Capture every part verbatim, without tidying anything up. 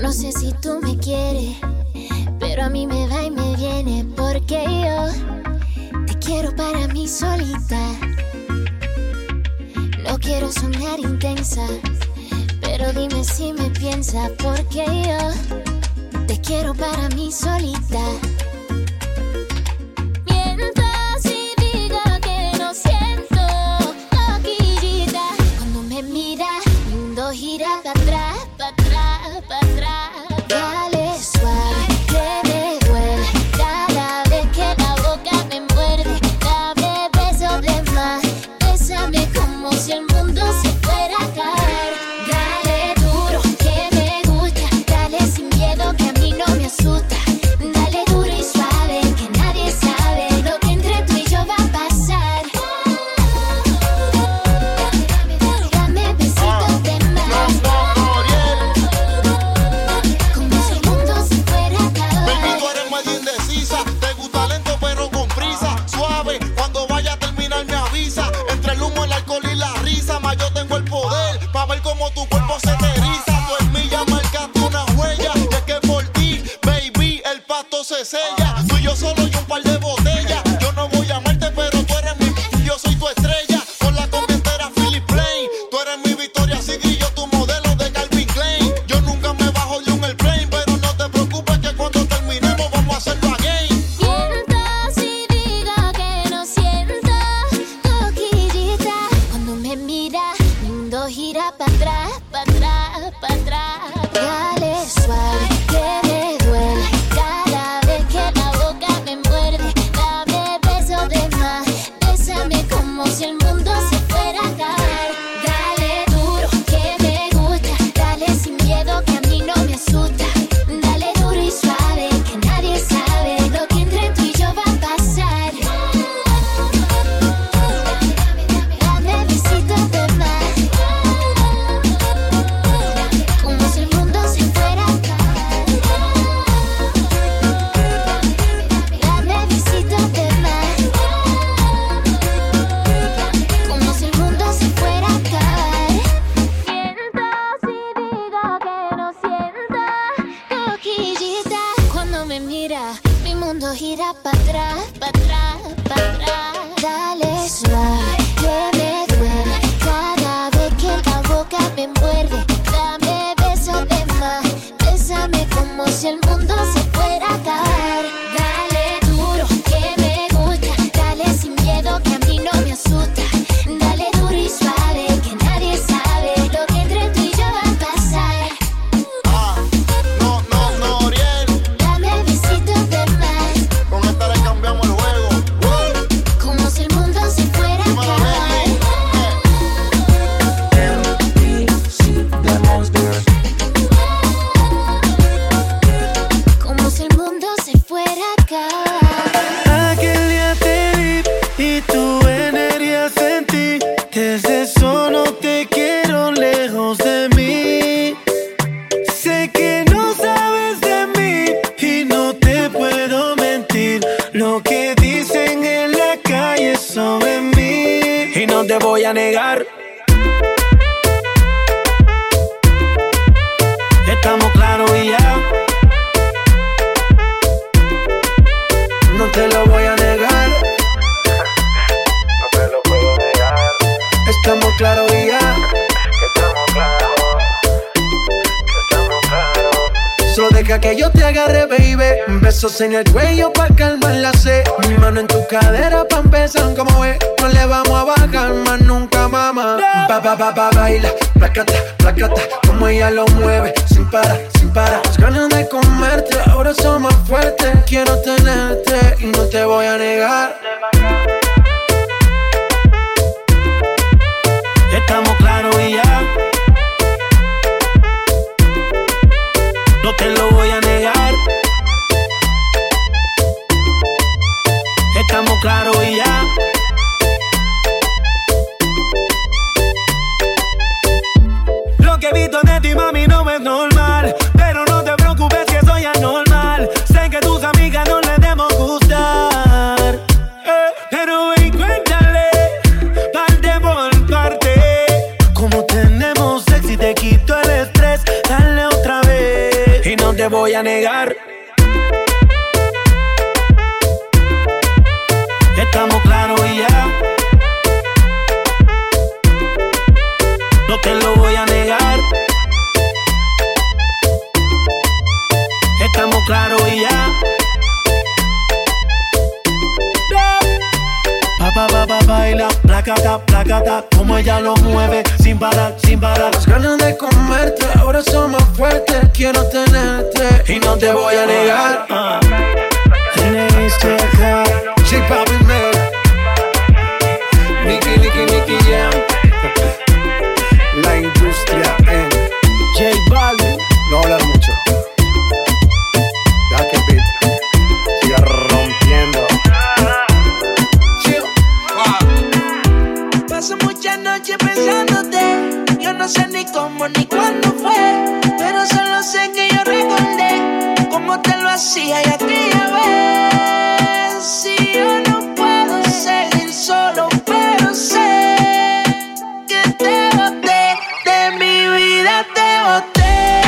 no sé si tú me quieres, pero a mí me va y me viene, porque yo te quiero para mí solita. No quiero sonar intensa, pero dime si me piensas, porque yo te quiero para mí solita. Mientras y diga que no siento loquillita. Cuando me mira, mi mundo gira para atrás, para atrás, para atrás. Dale suave, que me duele cada vez que la boca me muerde. Dame besos de más, bésame como si el mundo se fuera a caer. Dale duro, que me gusta, dale sin miedo que a mí no me asusta. Dale duro y suave, que nadie sabe lo que entre tú y yo va a pasar. Dame besitos de más, como si el mundo se fuera a acabar. Baby, tú eres medio indecisa, te gusta lento pero con prisa. Suave, cuando vaya a terminar me avisa. Entre el humo, el alcohol y la risa, más yo tengo el poder pa' ver cómo tu cuerpo se te eriza. Tú en mí ya marcaste una huella, y es que por ti, baby, el pasto se sella. Tú y yo solo y un par de botellas. Yo no voy a amarte, pero tú eres mi, yo soy tu estrella. Con la combi entera Philip Plain, tú eres mi Victoria Secret y yo tu modelo de Calvin Klein. Yo nunca me bajo de un airplane, pero no te preocupes que cuando terminemos vamos a hacerlo again. Mientras y diga que no siento loquillita. Cuando me mira, mi mundo gira para atrás, para atrás, para atrás. Dale suave, que me duele cada vez que la boca me muerde. Dame besos de más, bésame como si el mundo se fuera a acabar. Dale duro, que me gusta, dale sin miedo que a mí no me asusta. Dale duro y suave, que nadie sabe lo que entre tú y yo va a pasar. Dame besitos de más, como si el mundo se fuera a acabar. Dame besitos de más, como si el mundo se fuera a acabar. Mientras y diga que no sienta loquillita. Cuando me mira, mi mundo gira para atrás, para atrás, para atrás. Dale suave, que me duele cada vez que la boca me muerde. Dame besos de más, bésame como si el mundo se fuera a acabar. Dale duro, que me gusta, dale sin miedo que a mí no me asusta. Dale duro y suave, que nadie sabe lo que entre tú y yo va a pasar. Ah, no, no, no, Oriel, Dame besitos de más, con esta le cambiamos el juego. Woo. como si el mundo se fuera a Dímelo, acabar. Nelly. Como si el mundo se fuera a acabar. Aquel día te vi y tu energía sentí. Desde eso no te quiero lejos de mí. Sé que no sabes de mí y no te puedo mentir. Lo que dicen en la calle sobre mí y no te voy a negar. Estamos claros y ya. No te lo voy a negar. No te lo puedo negar, Estamos claros y ya. que estamos claros, que estamos claros. Solo deja que yo te agarre, baby. Besos en el cuello pa' calmar la sed. Mi mano en tu cadera pa' empezar, como ves. No le vamos a bajar más nunca, mamá. Pa, pa, pa, pa, baila, placata, placata. Como ella lo mueve, sin parar, sin parar. Las ganas de comerte, ahora son más fuertes. Quiero tenerte y no te voy a negar. Estamos claros y ya. No te lo voy a negar. Estamos claros y ya. Lo que he visto de ti, mami, no es normal. Pero no te preocupes que soy anormal. Sé que tus amigas no les debemos gustar. Eh, pero ven, cuéntale, parte por parte. Como tenemos sexy, te quito el estrés. Dale otra vez. voy a negar. Estamos claros y ya. No te lo voy a negar. Estamos claros y ya. Pa, pa, pa, pa, baila, placata, placata, como ella lo mueve, sin parar, sin parar. Las ganas de comerte, ahora son más fuertes. Quiero tenerte y no te voy a negar. uh. J Balvin, man. Nicky, Nicky, Nicky Jam. La industria en J Balvin. No hablar mucho. Ya que beat siga rompiendo. Paso muchas noches pensándote. Yo no sé ni cómo ni cuándo fue, pero solo sé que yo recordé cómo te lo hacía y aquella vez. Si yo no puedo seguir solo, pero sé que te boté, de mi vida te boté.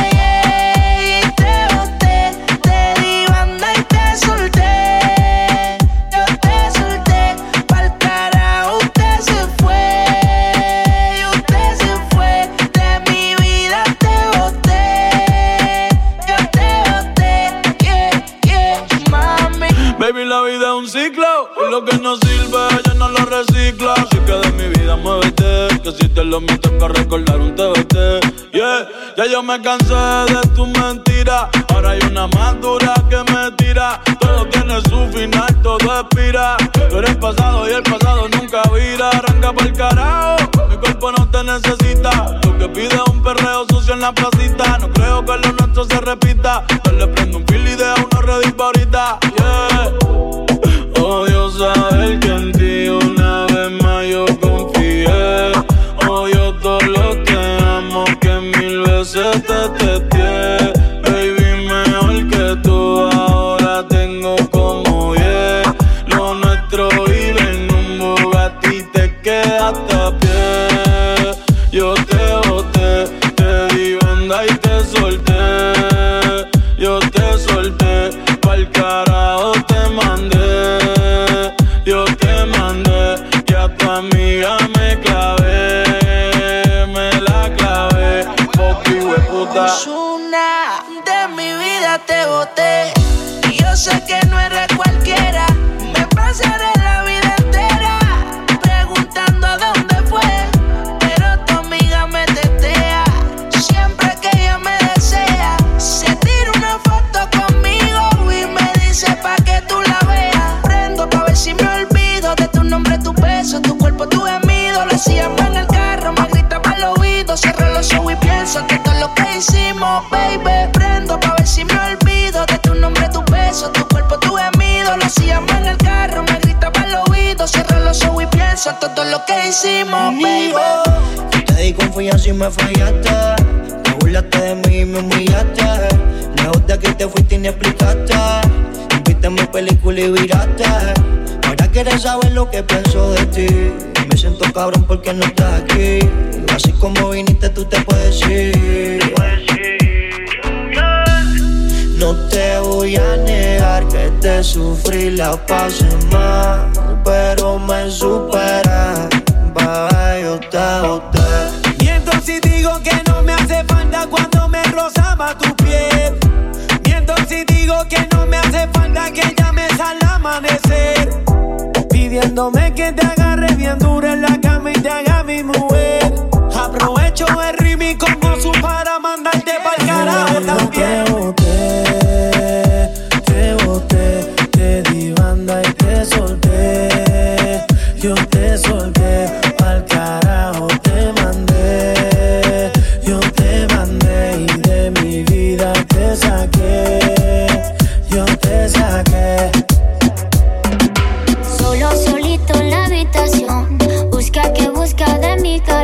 La vida es un ciclo, y lo que no sirve yo no lo reciclo. Así que de mi vida muévete, que si te lo meto para recordar un T B T. Yeah, ya yo me cansé de tu mentira. Ahora hay una más dura que me tira. Todo tiene su final, todo expira. Tú eres pasado y el pasado nunca vira. Arranca pa'l carajo, mi cuerpo no te necesita. Lo que pide es un perreo sucio en la placita. No creo que lo nuestro se repita. Yo le prendo un fil y deja uno ready pa' ahorita. Yeah. Odio saber que en ti una vez más yo confié. Odio todo lo que amo, que mil veces te testé. Baby, mejor que tú ahora tengo como diez. Lo nuestro vive en un Bugatti, te quedaste a pie. Yo te boté, te di banda y te solté. Yo te solté, pa'l carajo te mandé. Yo te mandé y a tu amiga me clavé, me la clavé, poqui hueputa. Es una de mi vida te boté y yo sé que no eres cualquiera. Me pasaré la vida entera preguntando a dónde fue, pero tu amiga me tetea. Siempre que ella me desea, se tira una foto conmigo y me dice pa' que tú la veas. Prendo pa' ver si me olvido de tu nombre, tu beso, tu cuerpo, tu gemido. Lo hacíamos en el carro, me gritaba al oído. Cierro los ojos y pienso que todo lo que hicimos, baby. Prendo pa' ver si me olvido de tu nombre, tu beso, tu cuerpo, tu gemido. Lo hacíamos en el carro, me gritaba al oído. Cierro los ojos y pienso todo lo que hicimos, baby. Te di confianza y me fallaste. Te burlaste de mí y me humillaste. Lejos de aquí te fuiste y ni explicaste. Viste mi película y viraste. Ahora quieres saber lo que pienso de ti. Me siento cabrón porque no estás aquí. Así como viniste tú te puedes ir. No te voy a negar que te sufrí, la pasé mal, pero me superé. Bye, yo te boté. Miento si digo que no me hace falta cuando me rozaba tu piel. Miento si digo que no me hace falta que llames al amanecer, pidiéndome que te agarre bien duro en la cama y te haga mi mujer. Aprovecho el ritmo y como su para mandarte pa'l carajo también. Te boté, te boté, te di banda y te solté. Yo te solté, pa'l carajo te mandé. Yo te mandé y de mi vida te saqué. Yo te saqué. Solo, solito en la habitación, busca que busca de mi cabeza.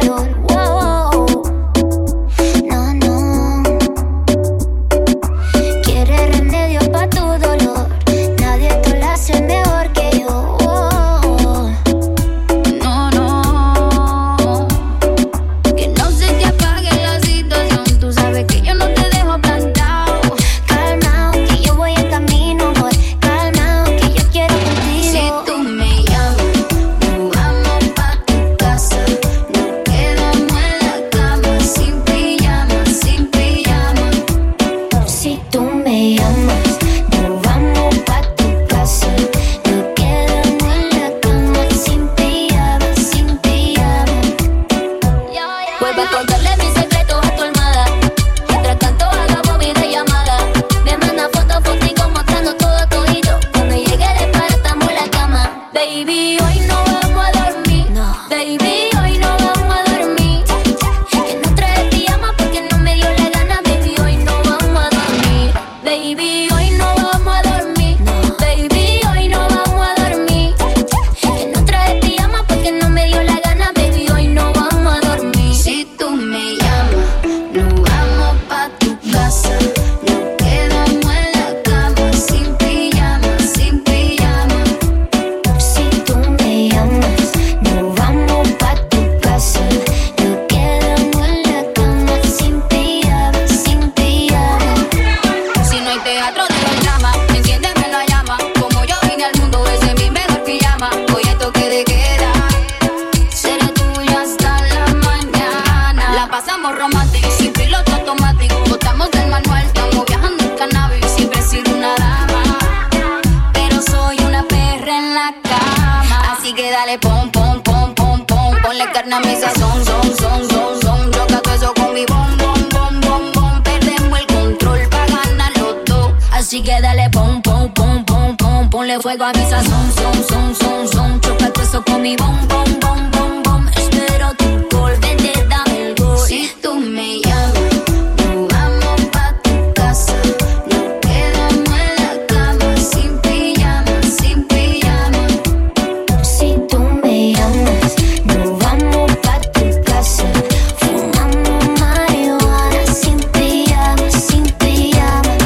carne a mi sazón, son, son, son, son. Choca todo eso con mi bom, bom, bom, bom, bom. Perdemos el control pa' ganar los dos. Así que dale pom, pom, pom, pom, pom. Ponle fuego a mi sazón, son, son, son, son. Choca todo eso con mi bom, bom, bom, bom, bom. Espero tu gol, vente, dame el gol. Si tú me llamas, nos vamos pa' tu casa. Nos quedamos en la cama, sin pijama, sin pijama. Si tú me llamas, nos vamos pa' tu casa. Fumamos marihuana sin pijama, sin pijama.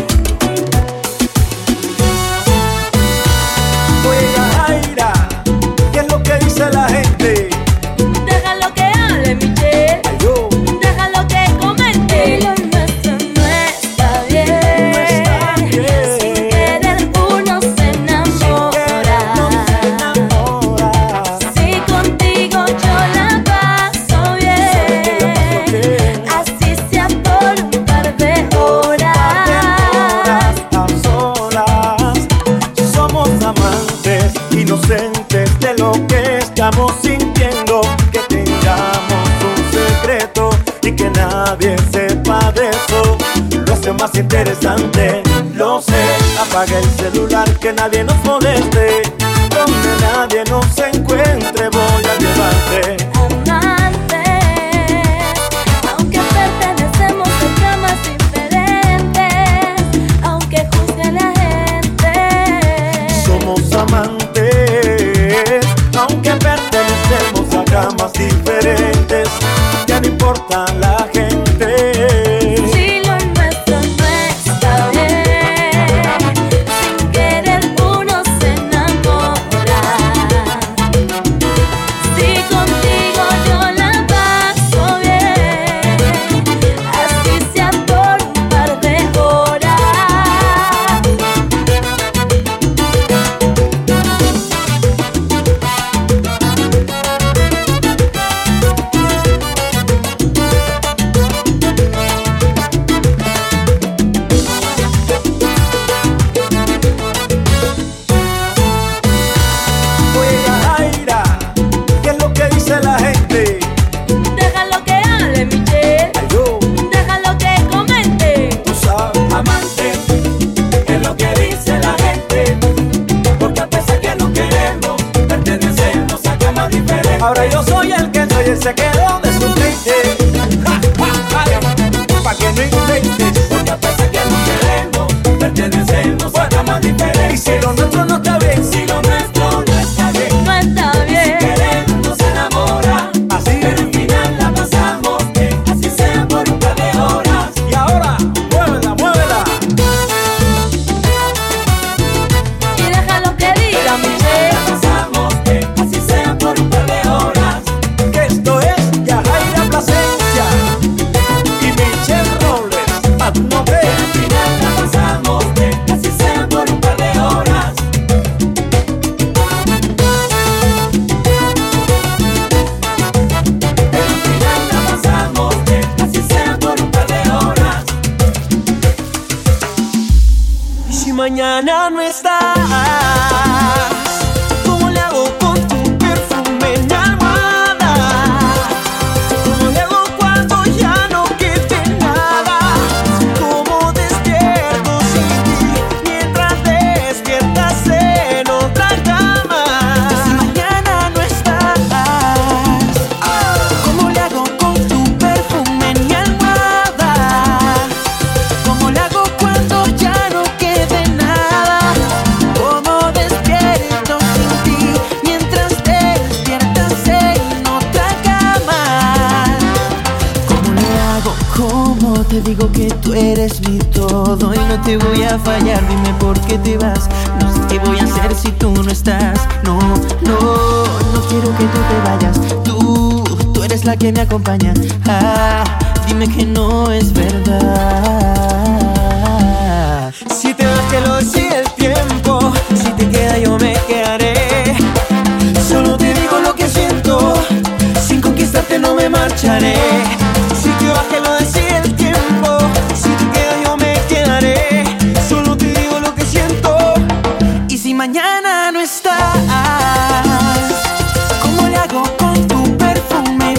Oye, Yajaira, ¿qué es lo que dice la gente? Déjalo que hable, Michelle. Ay, yo. Déjalo que comente. Lo nuestro no está bien. No está bien. Sin querer uno se enamora. Si contigo yo la paso bien, así sea por un par de horas. A solas, somos amantes inocentes de lo que estamos sintiendo. Que tengamos un secreto y que nadie sepa de eso lo hace más interesante. Lo sé, apaga el celular, que nadie nos moleste. Donde nadie nos encuentre voy a llevarte. Amantes, aunque pertenecemos a camas diferentes, aunque juzgue la gente. Somos amantes, aunque pertenecemos a camas diferentes. Ya no importa la gente. Si lo nuestro no está bien, sin querer uno se enamora. Si contigo yo la paso bien, así sea por un par de horas. Oye, Yajaira, ¿qué es lo que dice la gente? Déjalo que hable, Michelle. Ay, yo. Déjalo que comente. Tú sabes, amante, es lo que dice la gente. Porque a pesar que no queremos, pertenecemos a camas diferentes. Ahora yo soy el que soy, el se quedó de su mente. Ja, ja, ja, pa' que no inventes. Porque a pesar que no queremos, pertenecemos a camas diferentes. Y si lo nuestro no está bien, si lo nuestro no está bien, No está si bien. queremos nos enamora. Así, pero al final la pasamos bien, así sea por un par de horas. Y ahora, muévela, muévela. Y déjalo que diga, Michelle. La pasamos bien, así sea por un par de horas. Que esto es Yajaira Plasencia y Michelle Robles. A tu nombre. Al final la pasamos bien, así sea por un par de horas. Al final la pasamos bien, así sea por un par de horas. Y si mañana no estás, ¿cómo le hago con tu perfume en mi almohada? ¿Cómo le hago cuando ya no quede nada? ¿Cómo despierto sin ti mientras despiertas en otra cama? Si mañana no estás, ¿cómo le hago con tu perfume en mi almohada? ¿Cómo le hago cuando ya no quede nada? ¿Cómo despierto sin ti mientras despiertas en otra cama? ¿Cómo le hago? ¿Cómo te digo que tú eres mi todo y no te voy a fallar? Dime por qué te vas. No sé qué voy a hacer si tú no estás. No, no, no quiero que tú te vayas. Tú, tú eres la que me acompaña. Ah, dime que no es verdad. Si te vas que lo decide el tiempo, si te queda yo me quedaré. Solo te digo lo que siento, sin conquistarte no me marcharé. Si te vas que lo decide el tiempo, si te queda yo me quedaré. Solo te digo lo que siento. Y si mañana no estás, ¿cómo le hago con tu perfume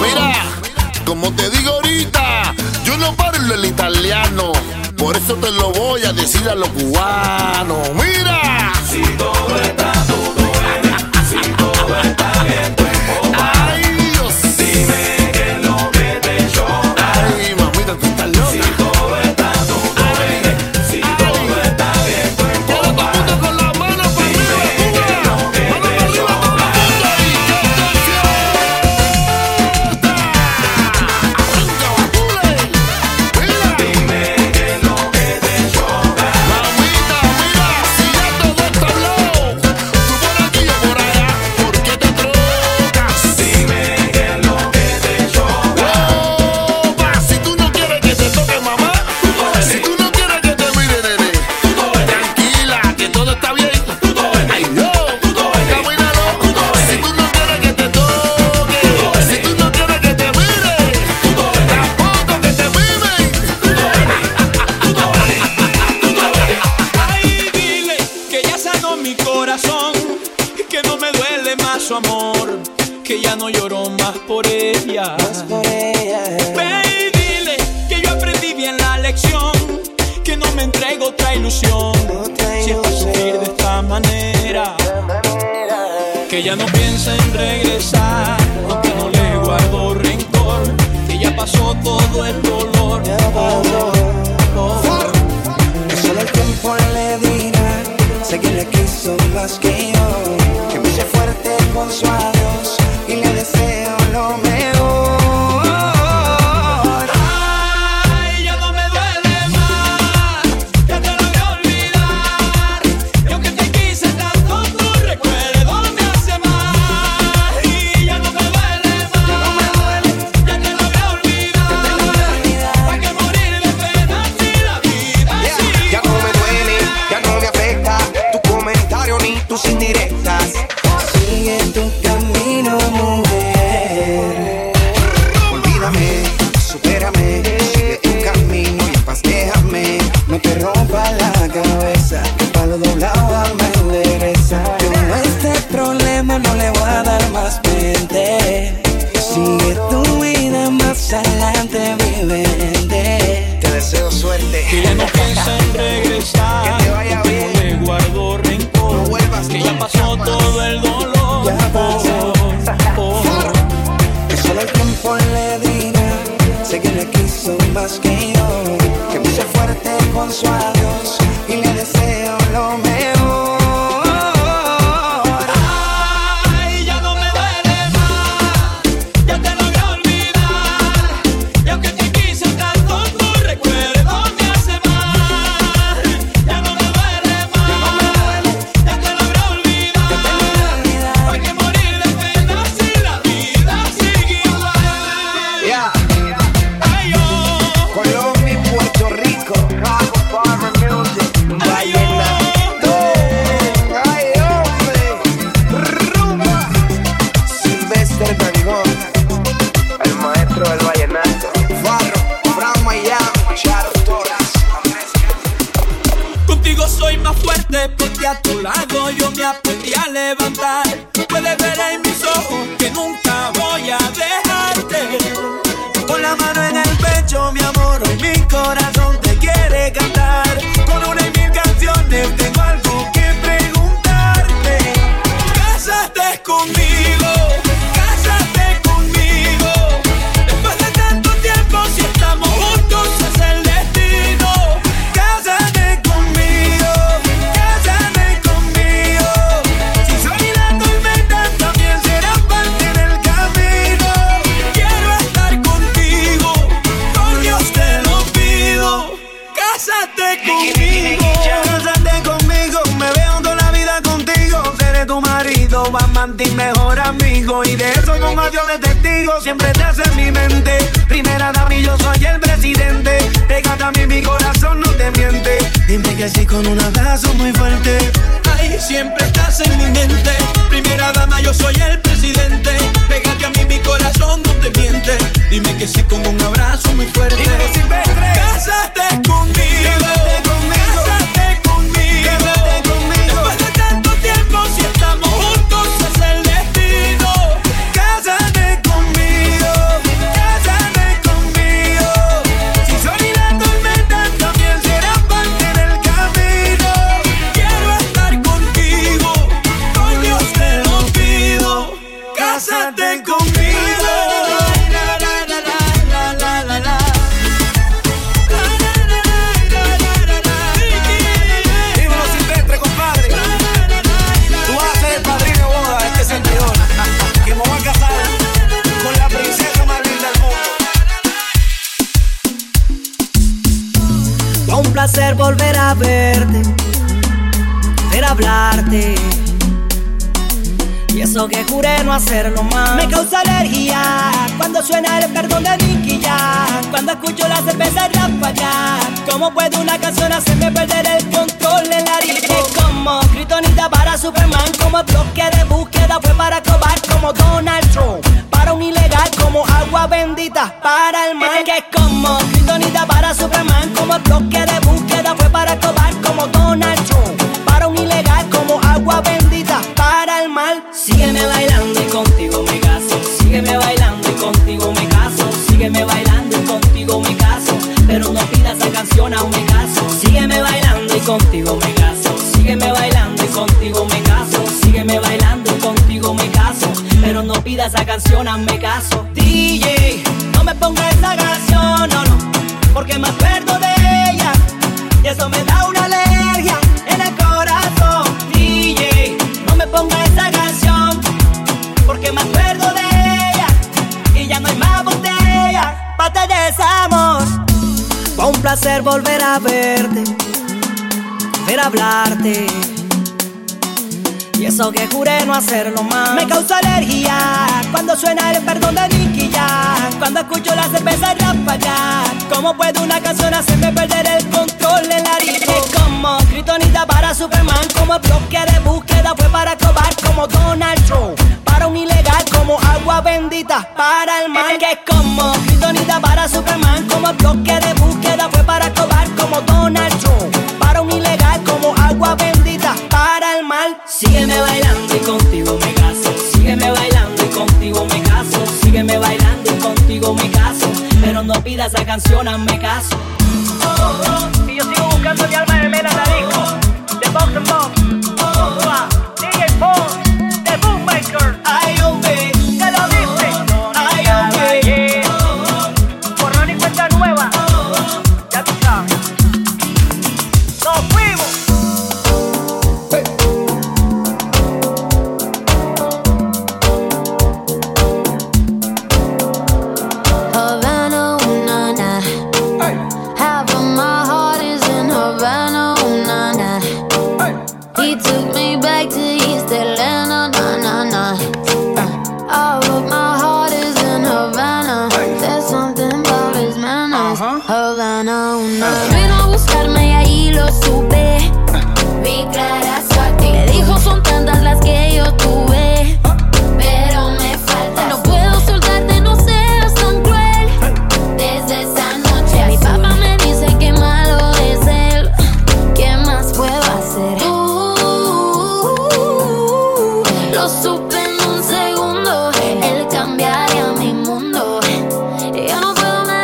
Mira, como te digo ahorita, yo no parlo el italiano. Por eso te lo voy a decir a los cubanos. Mira, si todo está todo bien, si todo está bien, tú ay Dios, dime qué es lo que te choca. Ay, mamita, tú estás loca. Si todo está todo bien, si todo está bien, tú todo el mundo con las manos para arriba, Cuba. Manos para arriba, todo el mundo y que te fiesta. Arranca, Bacule. Mira, dime qué es lo que te choca. mamita, mira, si ya todo está hablado, tú por aquí yo por allá, ¿por qué te trocas? Dime qué es lo que te choca. Opa, si tú no quieres que te toque mamá, si tú no quieres que te mire nene, tranquila, que todo está bien. Ay, yo, camínalo. Si tú no quieres que te toque, si tú no quieres que te mire, tampoco que te mimen. Ay, dile que ya sanó mi corazón, que no me duele más su amor, que ya no lloro más por ella. Ve y dile que yo aprendí bien la lección, que no me entrego otra ilusión, si es para sufrir de esta manera, que ya no piensa en regresar, aunque no le guardo rencor, que ya pasó todo el dolor. Que solo el tiempo le dirá, sé que le quiso más que yo, que me hice fuerte con su adiós y le deseo lo mejor. Ay, ya no me duele más, ya te logré olvidar, y aunque te quise tanto, tu recuerdo me hace mal. Y ya no me duele más, ya te logré olvidar, ¿para qué morir de pena si la vida sigue? Ya no me duele, ya no me afecta tu comentario ni tus indirectas. Sigue tu camino, mujer. Olvídame, supérame, sigue tu camino y en paz déjame. No te rompa la cabeza, que palo doblado me endereza. Yo a este problema no le voy a dar más mente. Sigue tu vida más adelante, vivente. Te deseo suerte. Que ya no piensa en regresar, Que te vaya que bien. no le guardo rencor, No vuelvas que ya nunca pasó más. todo el dolor. Ya pasó. Oh, oh. Que solo el tiempo le dirá, sé que le quiso más que yo, que me hizo fuerte con su adiós y le deseo lo mejor. Ay, ya no me duele más, ya te logré olvidar, y aunque te quise tanto, tu recuerdo me hace mal. Ya no me duele más, ya te logré olvidar, ¿para qué morir de pena si la vida sigue igual? Yeah. Ay, yo, Colombia y Puerto Rico, ay, yo. ay hombre, rumba. Silvestre Dangond, el maestro del vallenato. Farro, Fran Miami, Charo Torres, Andrés. Contigo soy más fuerte porque a tu lado yo me aprendí a levantar. Puedes ver en mis ojos que nunca voy a dejarte. Con la mano en el pecho, mi amor, hoy mi corazón te quiere cantar. Con una y mil canciones tengo algo que preguntarte. Cásate conmigo, cásate conmigo. Después de tanto tiempo, si estamos juntos es el destino. Cásate conmigo, cásate conmigo. Si soy la tormenta, también será parte del camino. Quiero estar contigo, con Dios te lo pido. Cásate conmigo. Cásate conmigo, me veo toda la vida contigo. Seré tu marido, amante y mejor amigo. Y de eso con adiós de testigo, siempre te hace en mi mente. Primera dama y yo soy el presidente. Pégate a mí, mi corazón no te miente. Dime que sí con un abrazo muy fuerte. Ay, siempre estás en mi mente. Primera dama, yo soy el presidente. Pégate a mí, mi corazón no te miente. Dime que sí con un abrazo muy fuerte. Dime que sí, Silvestre. Cásate conmigo. Cásate conmigo. Cásate conmigo. Cásate conmigo. Después de tanto tiempo, si estamos juntos es el destino. Cásate conmigo. placer volver a verte, volver a hablarte. Y eso que juré no hacerlo más. Me causa alergia cuando suena el perdón de Nicky Jam, cuando escucho la cerveza ráfaga. ¿Cómo puede una canción hacerme perder el control en la disco? Es como Kryptonita para Superman, como bloque de búsqueda fue para cobar, como Donald Trump para un ilegal, como agua bendita para el mal. Que es como Kryptonita para Superman, como bloque de búsqueda fue para cobar, como Donald Trump para un ilegal, como agua bendita para el mal. Sígueme bailando y contigo me caso. Sígueme bailando y contigo me caso. Sígueme bailando y contigo me caso. Pero no pidas esa canción, aún me caso. Sígueme bailando y contigo me caso. Sígueme bailando y contigo me caso. Sígueme bailando y contigo me caso. Pero no pidas esa canción, aún me caso. D J, no me pongas esa canción, no, no, porque me acuerdo de ella y eso me da una alergia en el corazón. D J, no me pongas esa canción, porque me acuerdo de ella y ya no hay más botella pa' te desamor. Fue un placer volver a verte, volver a hablarte. Y eso que juré no hacerlo más. Me causa alergia cuando suena el perdón de Nicky Jam, cuando escucho la cerveza ráfaga. ¿Cómo puede una canción hacerme perder el control en la disco? Es como Kryptonita para Superman, como bloque de búsqueda fue para cobar, como Donald Trump para un ilegal, como agua bendita para el mal. Que es como Kryptonita para Superman, como bloque de búsqueda fue para cobar, como Donald Trump para un ilegal, como agua bendita para el mal. Sígueme bailando y contigo me caso. Sígueme bailando y contigo me caso. Sígueme bailando y contigo me caso. Pero no pidas esa canción, hazme caso. Oh, oh, oh. Y yo sigo buscando mi alma gemela en la disco de Box and Box. Oh, oh, oh. D J Box, The Bootmaker. Ay, hombre, ya lo viste. Ay, hombre, borrón y cuenta nueva. Ya tú sabes. Nos fuimos. Vino a buscarme y ahí lo supe. Vi clara su actitud. Me dijo son tantas las que yo tuve, pero me falta. No puedo soltarte, no seas tan cruel. Desde esa noche mi papá me dice que malo es él. ¿Qué más puedo hacer? Uh, lo supe en un segundo. Él cambiaría mi mundo. Yo no puedo más.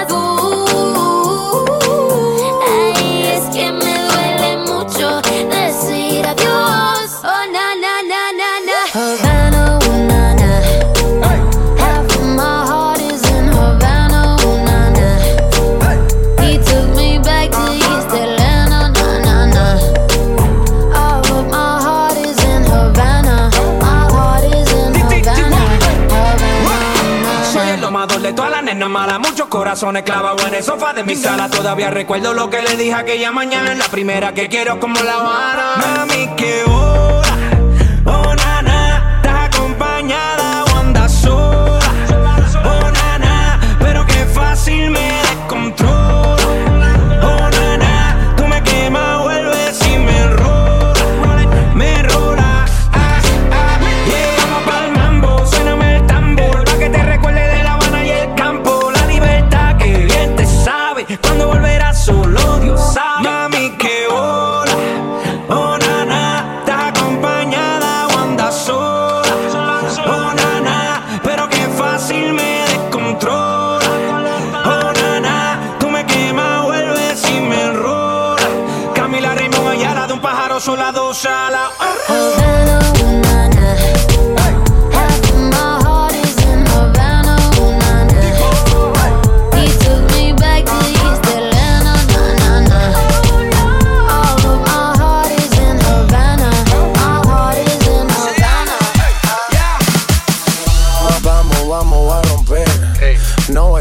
Decir adiós, oh na na na na na. Havana, oh na na. Half of my heart is in Havana, oh na na. He took me back to East Atlanta, na na na. All of my heart is in Havana. My heart is in Havana. Havana. Soy el domador de todas las nenas malas, muchos corazones clavados en el sofá de mi sala. Todavía recuerdo lo que le dije aquella mañana. La primera que quiero como La Habana. Mami, qué hora, oh nana, estás acompañada o andas sola. Oh nana, pero qué fácil me descontrola. Oh nana, tú me quemas, vuelves y me rola, me rola. Ah, ah, llegamos pa'l mambo, suéname el tambor, pa' que te recuerde de La Habana y el campo. La libertad que bien te sabe, cuando volverás solo Dios sabe. Mami, qué hora, oh nana, estás acompañada o andas sola. Oh nana, pero qué fácil me descontrola. Oh nana, tú me quemas, vuelves y me enrola. Camila Raymond Ayala, de un pájaro sola, dos alas. Havana, oh na na. Half of my heart is in Havana, oh na na. He took me back to East Atlanta, na na na. All of my heart is in Havana. My heart is in Havana. Vamos, vamos a romper. No hay tiempo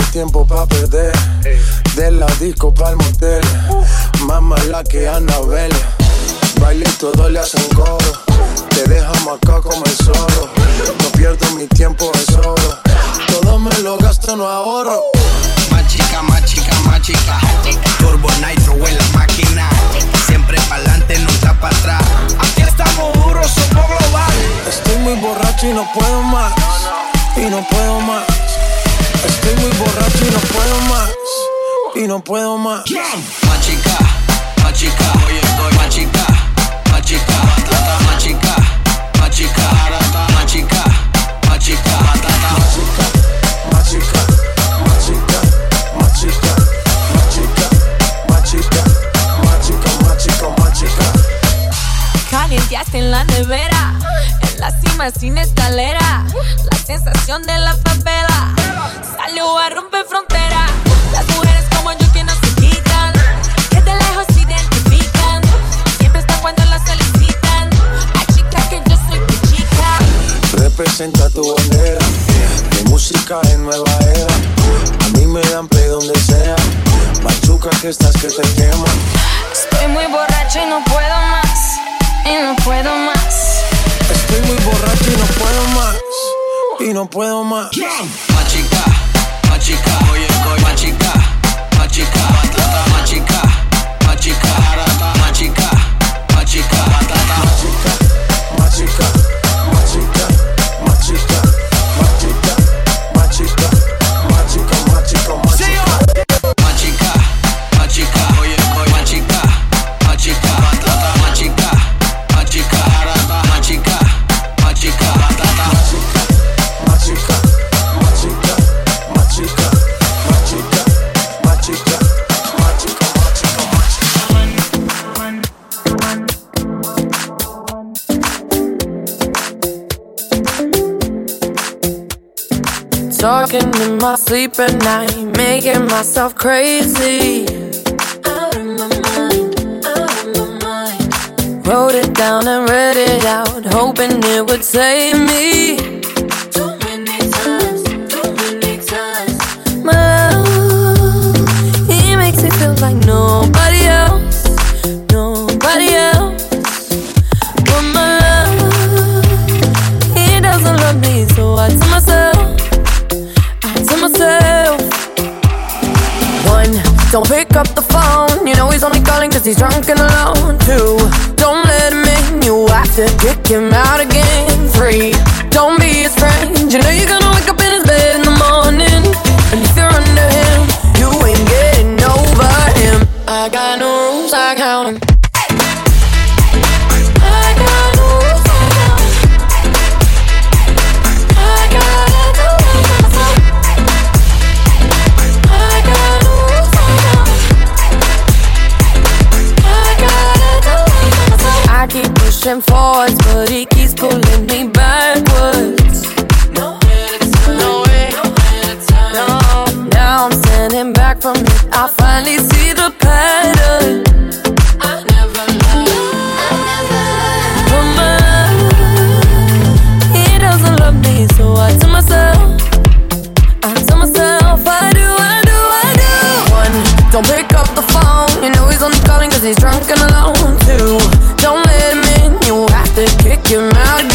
tiempo pa' perder. De la disco pa'l motel. Más mala que Annabelle. Baile y todo le hacen coro. Te deja acá como el zorro. No pierdo mi tiempo, es oro. Todo me lo gasto, no ahorro. Más chica, más chica, más chica. Turbo Nitro en la máquina. Siempre pa'lante, nunca para atrás. Aquí estamos duros, somos global. Estoy muy borracho y no puedo más. Y no puedo más. Estoy muy borracho y no puedo más. Y no puedo más. Más chica, más chica. Oye, estoy más chica, más chica. Más chica, más chica. Más chica, más chica. Más chica, más chica. Más chica, más chica. Más chica, más chica. Más chica, más chica. Calienteaste en la nevera, en la cima sin escalera. La sensación de la favela salió a romper frontera. Las mujeres como yo que no se quitan, que de lejos se identifican. Siempre están cuando las solicitan. Hay chicas que yo soy tu chica. Representa tu bandera. Mi música en nueva era. A mí me dan play donde sea. Machuca que estás que te queman. Estoy muy borracho y no puedo más. Y no puedo más. Estoy muy borracho y no puedo más. Y no puedo más. Más chica, más chica. Oye, estoy más chica, más chica. Más chica, más chica. Más chica, más chica. Más chica, más chica. Más chica, más chica. Más chica, más chica. Más chica, más chica, más chica. Más chica, más chica. Oye, estoy más chica, más chica. Más chica, más chica. Más chica, más chica. Más chica, más chica, más chica, más chica, más chica, más chica, más chica, más chica. Talking in my sleep at night, making myself crazy. Out of my mind, out of my mind. Wrote it down and read it out, hoping it would save me. Too many times, too many times. My love, he makes me feel like nobody else, nobody else. But my love, he doesn't love me, so I tell myself, I tell myself. One, don't pick up the phone, you know he's only calling cause he's drunk and alone. Two, don't let him in, you have to kick him out again. Three, don't be his friend, you know you're gonna wake up in his bed in the morning. And if you're under him, you ain't getting over him. I got no rules, I count 'em. I got no rules, I count 'em. I gotta do it myself. I got no rules, I count 'em. I gotta do it myself. I keep pushing forwards, but he keeps pulling me backwards. No way to turn, no way, no way to turn. No, now I'm standing back from it. I finally see the pattern. I never loved, I never loved. But my love, he doesn't love me, so I tell myself, I tell myself, I do, I do, I do. One, don't pick up the phone, you know he's only calling cause he's drunk and alone. Two, don't let him in, you have to kick him out again.